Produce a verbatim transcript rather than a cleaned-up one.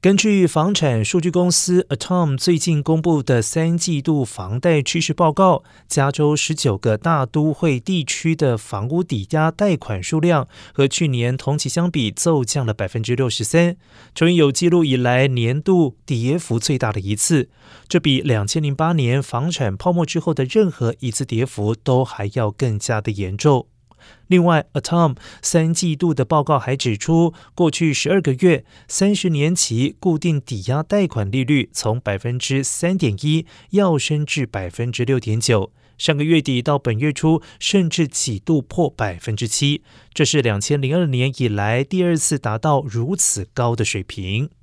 根据房产数据公司 Atom 最近公布的三季度房贷趋势报告，加州十九个大都会地区的房屋抵押贷款数量和去年同期相比骤降了 百分之六十三， 成为有记录以来年度跌幅最大的一次，这比两千零八年房产泡沫之后的任何一次跌幅都还要更加的严重。另外 Atom 三季度的报告还指出，过去十二个月三十年期固定抵押贷款利率从 百分之三点一 跃升至 百分之六点九， 上个月底到本月初甚至几度破 百分之七， 这是两千零二年以来第二次达到如此高的水平。